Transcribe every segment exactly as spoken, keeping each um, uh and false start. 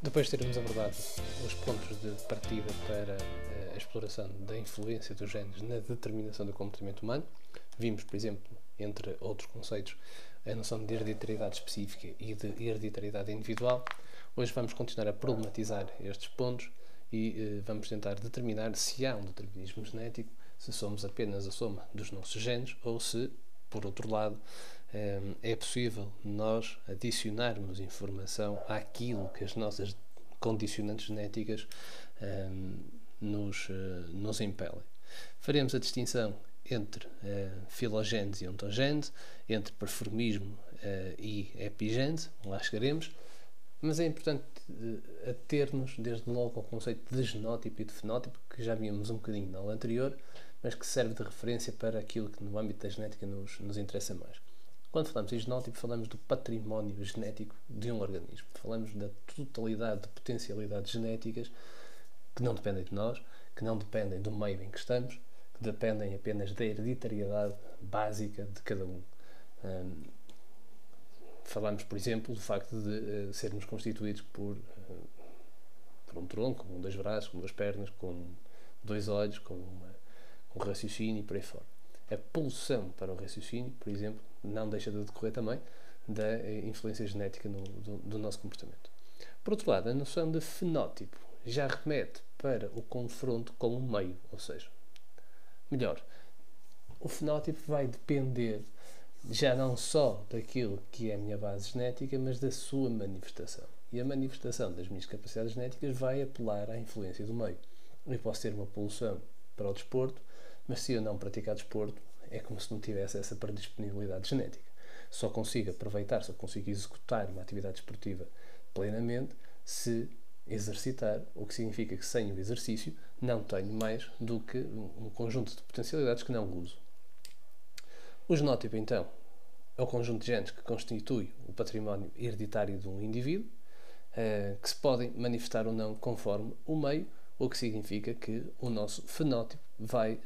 Depois de termos abordado os pontos de partida para a exploração da influência dos genes na determinação do comportamento humano, vimos, por exemplo, entre outros conceitos, a noção de hereditariedade específica e de hereditariedade individual. Hoje vamos continuar a problematizar estes pontos e eh, vamos tentar determinar se há um determinismo genético, se somos apenas a soma dos nossos genes ou se, por outro lado, eh, é possível nós adicionarmos informação àquilo que as nossas condicionantes genéticas eh, nos, eh, nos impelem. Faremos a distinção entre eh, filogênese e ontogênese, entre performismo eh, e epigênese, lá chegaremos, mas é importante eh, ater-nos desde logo ao conceito de genótipo e de fenótipo, que já vimos um bocadinho na aula anterior, mas que serve de referência para aquilo que no âmbito da genética nos, nos interessa mais. Quando falamos em genótipo, falamos do património genético de um organismo. Falamos da totalidade de potencialidades genéticas que não dependem de nós, que não dependem do meio em que estamos, que dependem apenas da hereditariedade básica de cada um. um falamos, por exemplo, do facto de uh, sermos constituídos por, uh, por um tronco, com dois braços, com duas pernas, com dois olhos, com uma, um raciocínio e por aí fora. A pulsão para o raciocínio, por exemplo, não deixa de decorrer também da influência genética no, do, do nosso comportamento. Por outro lado, a noção de fenótipo já remete para o confronto com o meio, ou seja, melhor, o fenótipo vai depender já não só daquilo que é a minha base genética, mas da sua manifestação. E a manifestação das minhas capacidades genéticas vai apelar à influência do meio. Eu posso ter uma pulsão para o desporto, mas se eu não praticar desporto, é como se não tivesse essa predisponibilidade genética. Só consigo aproveitar, só consigo executar uma atividade esportiva plenamente se exercitar, o que significa que sem o exercício não tenho mais do que um conjunto de potencialidades que não uso. O genótipo, então, é o conjunto de genes que constitui o património hereditário de um indivíduo, que se podem manifestar ou não conforme o meio, o que significa que o nosso fenótipo vai,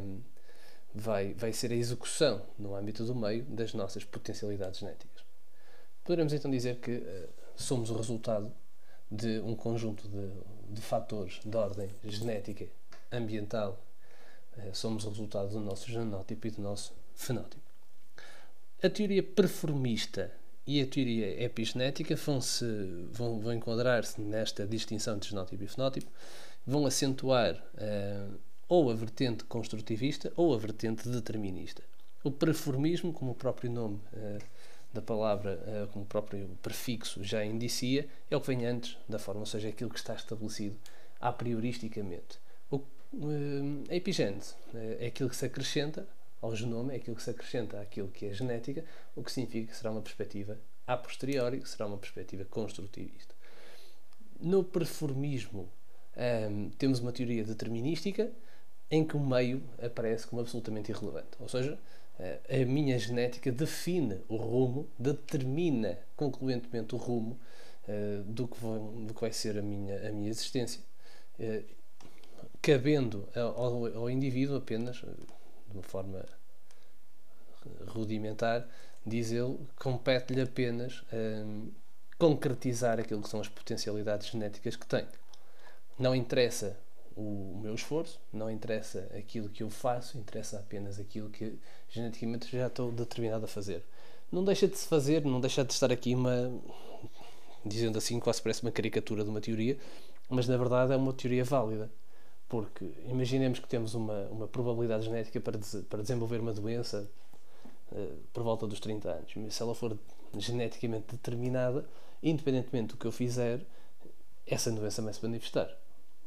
vai, vai ser a execução, no âmbito do meio, das nossas potencialidades genéticas. Poderemos então dizer que somos o resultado de um conjunto de, de fatores de ordem genética, ambiental, somos o resultado do nosso genótipo e do nosso fenótipo. A teoria performista e a teoria epigenética vão, -se, vão, vão enquadrar-se nesta distinção de genótipo e fenótipo, vão acentuar uh, ou a vertente construtivista ou a vertente determinista. O performismo, como o próprio nome uh, da palavra, uh, como o próprio prefixo já indicia, é o que vem antes da forma, ou seja, é aquilo que está estabelecido a prioristicamente. O, uh, a epigênese uh, é aquilo que se acrescenta ao genoma, é aquilo que se acrescenta àquilo que é genética, o que significa que será uma perspectiva a posteriori, que será uma perspectiva construtivista. No performismo, um, temos uma teoria determinística em que o meio aparece como absolutamente irrelevante. Ou seja, a minha genética define o rumo, determina concluentemente o rumo uh, do, que vai, do que vai ser a minha, a minha existência, uh, cabendo ao, ao indivíduo apenas, de uma forma rudimentar, diz ele, compete-lhe apenas um, concretizar aquilo que são as potencialidades genéticas que tem. Não interessa o, o meu esforço, não interessa aquilo que eu faço, interessa apenas aquilo que geneticamente já estou determinado a fazer. Não deixa de se fazer, não deixa de estar aqui uma, dizendo assim, quase parece uma caricatura de uma teoria, mas na verdade é uma teoria válida. Porque imaginemos que temos uma, uma probabilidade genética para, des, para desenvolver uma doença uh, por volta dos trinta anos. Se ela for geneticamente determinada, independentemente do que eu fizer, essa doença vai se manifestar.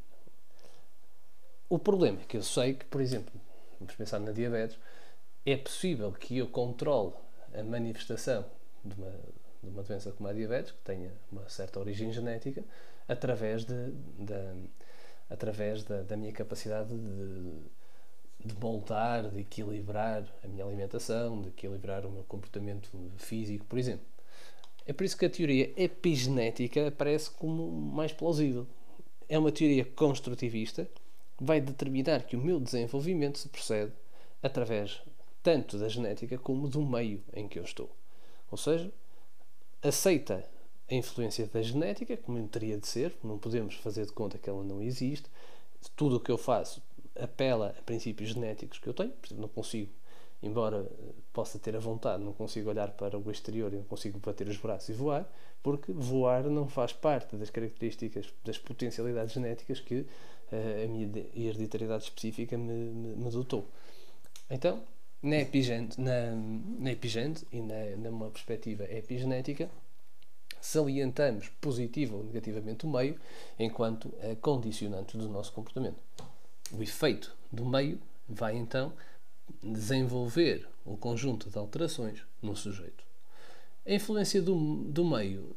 O problema é que eu sei que, por exemplo, vamos pensar na diabetes, é possível que eu controle a manifestação de uma, de uma doença como a diabetes, que tenha uma certa origem genética, através de... de através da, da minha capacidade de, de moldar, de equilibrar a minha alimentação, de equilibrar o meu comportamento físico, por exemplo. É por isso que a teoria epigenética aparece como mais plausível. É uma teoria construtivista, vai determinar que o meu desenvolvimento se procede através tanto da genética como do meio em que eu estou. Ou seja, aceita a influência da genética, como teria de ser, não podemos fazer de conta que ela não existe. Tudo o que eu faço apela a princípios genéticos que eu tenho, por exemplo, não consigo, embora possa ter a vontade, não consigo olhar para o exterior e não consigo bater os braços e voar, porque voar não faz parte das características, das potencialidades genéticas que uh, a minha hereditariedade específica me, me, me dotou. Então, na epigênese, na, na epigênese e na, numa perspectiva epigenética, salientamos positivo ou negativamente o meio enquanto uh, condicionante do nosso comportamento. O efeito do meio vai então desenvolver o conjunto de alterações no sujeito. A influência do, do meio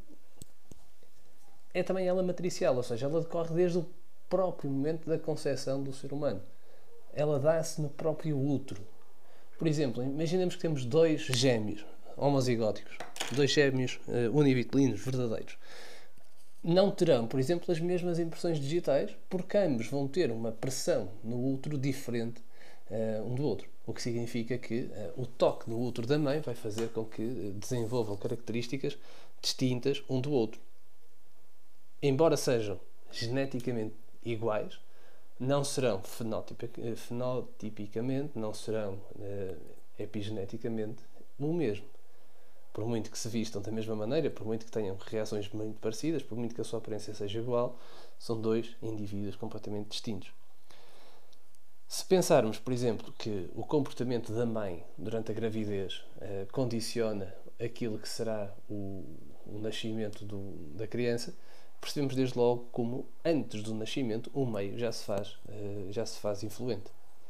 é também ela matricial, ou seja, ela decorre desde o próprio momento da concepção do ser humano. Ela dá-se no próprio útero. Por exemplo, imaginemos que temos dois gêmeos homozigóticos, dois gêmeos uh, univitelinos verdadeiros. Não terão, por exemplo, as mesmas impressões digitais, porque ambos vão ter uma pressão no útero diferente uh, um do outro. O que significa que uh, o toque no útero da mãe vai fazer com que uh, desenvolvam características distintas um do outro. Embora sejam geneticamente iguais, não serão fenotipic, fenotipicamente, não serão uh, epigeneticamente o mesmo. Por muito que se vistam da mesma maneira, por muito que tenham reações muito parecidas, por muito que a sua aparência seja igual, são dois indivíduos completamente distintos. Se pensarmos, por exemplo, que o comportamento da mãe durante a gravidez eh, condiciona aquilo que será o, o nascimento do, da criança, percebemos desde logo como, antes do nascimento, o meio já se faz, eh, já se faz influente.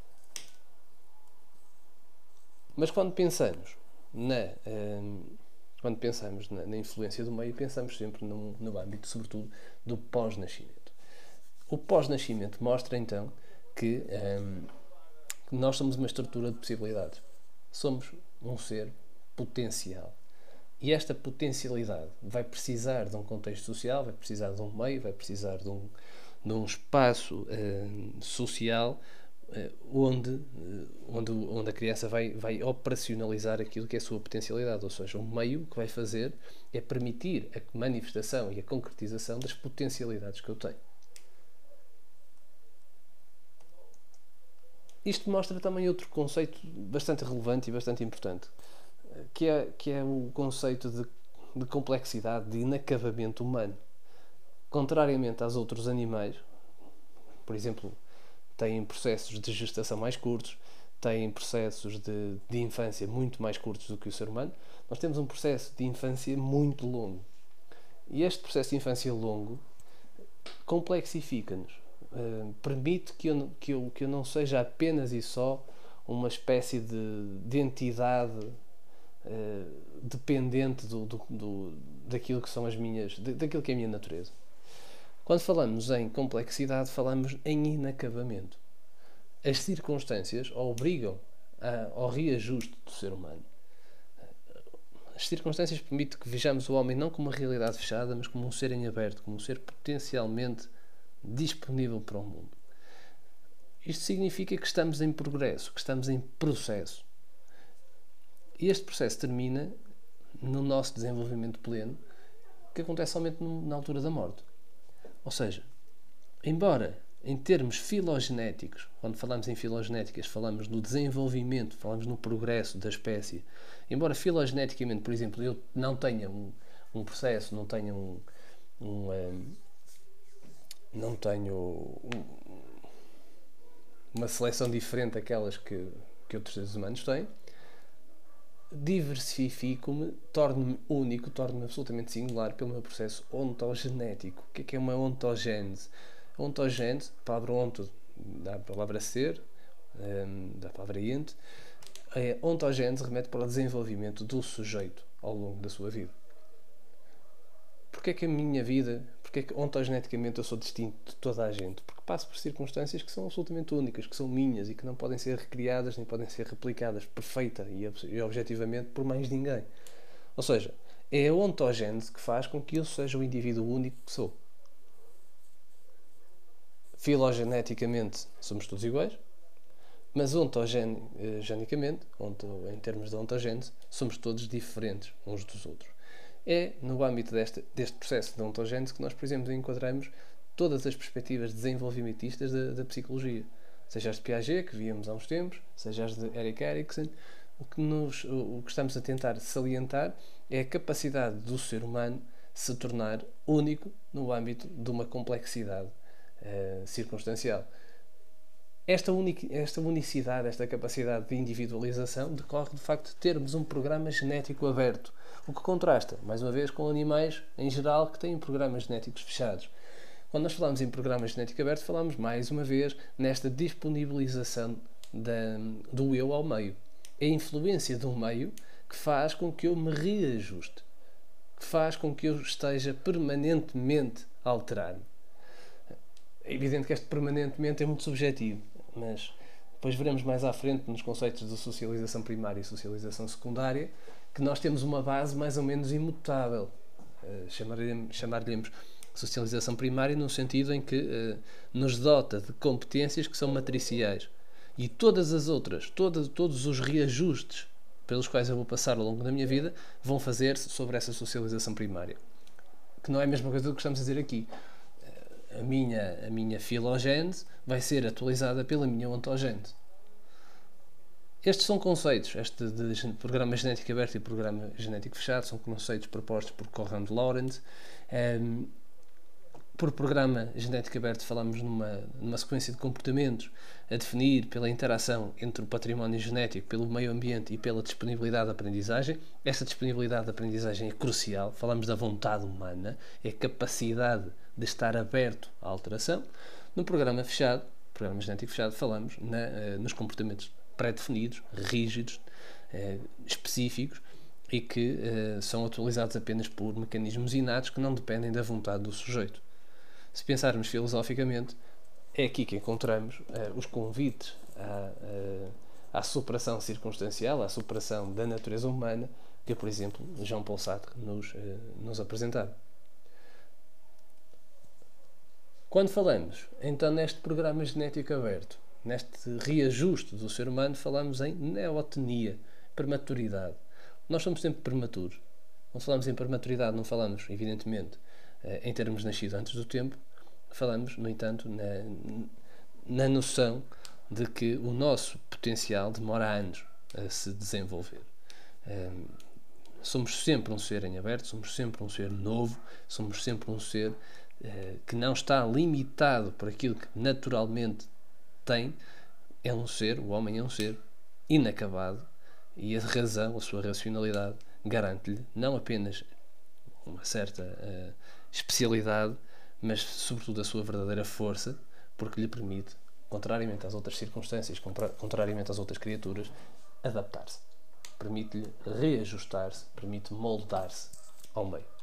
Mas quando pensamos Na, um, quando pensamos na, na influência do meio, pensamos sempre no, no âmbito, sobretudo, do pós-nascimento. O pós-nascimento mostra, então, que, um, que nós somos uma estrutura de possibilidades. Somos um ser potencial. E esta potencialidade vai precisar de um contexto social, vai precisar de um meio, vai precisar de um, de um espaço um, social Onde, onde, onde a criança vai, vai operacionalizar aquilo que é a sua potencialidade, ou seja, o meio que vai fazer é permitir a manifestação e a concretização das potencialidades que eu tenho. Isto mostra também outro conceito bastante relevante e bastante importante, que é, que é o conceito de, de complexidade, de inacabamento humano. Contrariamente aos outros animais, por exemplo, têm processos de gestação mais curtos, têm processos de, de infância muito mais curtos do que o ser humano, nós temos um processo de infância muito longo. E este processo de infância longo complexifica-nos, uh, permite que eu, que, eu, que eu não seja apenas e só uma espécie de, de entidade uh, dependente do, do, do, daquilo que são as minhas, daquilo que é a minha natureza. Quando falamos em complexidade, falamos em inacabamento. As circunstâncias obrigam a, ao reajuste do ser humano. As circunstâncias permitem que vejamos o homem não como uma realidade fechada, mas como um ser em aberto, como um ser potencialmente disponível para o mundo. Isto significa que estamos em progresso, que estamos em processo. E este processo termina no nosso desenvolvimento pleno, que acontece somente na altura da morte. Ou seja, embora em termos filogenéticos, quando falamos em filogenéticas, falamos no desenvolvimento, falamos no progresso da espécie, embora filogeneticamente, por exemplo, eu não tenha um, um processo, não tenha um, um, um não tenho um, uma seleção diferente daquelas que, que outros seres humanos têm, diversifico-me, torno-me único, torno-me absolutamente singular pelo meu processo ontogenético. O que é que é uma ontogênese? A ontogênese, a palavra onto, da palavra ser, da palavra ente, a ontogênese remete para o desenvolvimento do sujeito ao longo da sua vida. Porquê é que a minha vida, porquê é que ontogeneticamente eu sou distinto de toda a gente? Porque passo por circunstâncias que são absolutamente únicas, que são minhas e que não podem ser recriadas nem podem ser replicadas perfeita e, e objetivamente por mais ninguém. Ou seja, é a ontogênese que faz com que eu seja o indivíduo único que sou. Filogeneticamente somos todos iguais, mas ontogenicamente, onto, em termos de ontogênese, somos todos diferentes uns dos outros. É no âmbito deste, deste processo de ontogênese que nós, por exemplo, enquadramos todas as perspectivas desenvolvimentistas da, da psicologia. Seja as de Piaget, que víamos há uns tempos, seja as de Erik Erikson. O que, nos, o, o que estamos a tentar salientar é a capacidade do ser humano se tornar único no âmbito de uma complexidade uh, circunstancial. Esta, unic, esta unicidade, esta capacidade de individualização decorre de facto de termos um programa genético aberto, o que contrasta, mais uma vez, com animais em geral que têm programas genéticos fechados. Quando nós falamos em programa genético aberto, falamos mais uma vez nesta disponibilização da, do eu ao meio. É a influência do meio que faz com que eu me reajuste, que faz com que eu esteja permanentemente a alterar-me. É evidente que este permanentemente é muito subjetivo, mas depois veremos mais à frente nos conceitos de socialização primária e socialização secundária que nós temos uma base mais ou menos imutável. Uh, chamar-lhe socialização primária no sentido em que uh, nos dota de competências que são matriciais. E todas as outras, todas, todos os reajustes pelos quais eu vou passar ao longo da minha vida vão fazer-se sobre essa socialização primária. Que não é a mesma coisa do que estamos a dizer aqui. A minha, a minha filogênese vai ser atualizada pela minha ontogênese. Estes são conceitos, este de programa genético aberto e programa genético fechado, são conceitos propostos por Conrad Lorenz. Um, por programa genético aberto falamos numa, numa sequência de comportamentos a definir pela interação entre o património genético, pelo meio ambiente e pela disponibilidade de aprendizagem. Esta disponibilidade de aprendizagem é crucial, falamos da vontade humana, é a capacidade de estar aberto à alteração. No programa fechado, programa genético fechado, falamos na, nos comportamentos pré-definidos, rígidos, eh, específicos e que eh, são atualizados apenas por mecanismos inatos que não dependem da vontade do sujeito. Se pensarmos filosoficamente, é aqui que encontramos uh, os convites à, uh, à superação circunstancial, à superação da natureza humana, que, por exemplo, Jean-Paul Sartre nos, uh, nos apresentava. Quando falamos, então, neste programa genético aberto, neste reajuste do ser humano, falamos em neotenia, prematuridade. Nós somos sempre prematuros. Quando falamos em prematuridade, não falamos, evidentemente, em termos nascidos antes do tempo, falamos, no entanto, na, na noção de que o nosso potencial demora anos a se desenvolver. Um, somos sempre um ser em aberto, somos sempre um ser novo, somos sempre um ser uh, que não está limitado por aquilo que naturalmente tem. É um ser, o homem é um ser inacabado e a razão, a sua racionalidade, garante-lhe não apenas uma certa uh, especialidade, mas sobretudo a sua verdadeira força, porque lhe permite, contrariamente às outras circunstâncias, contra, contrariamente às outras criaturas, adaptar-se. Permite-lhe reajustar-se, permite moldar-se ao meio.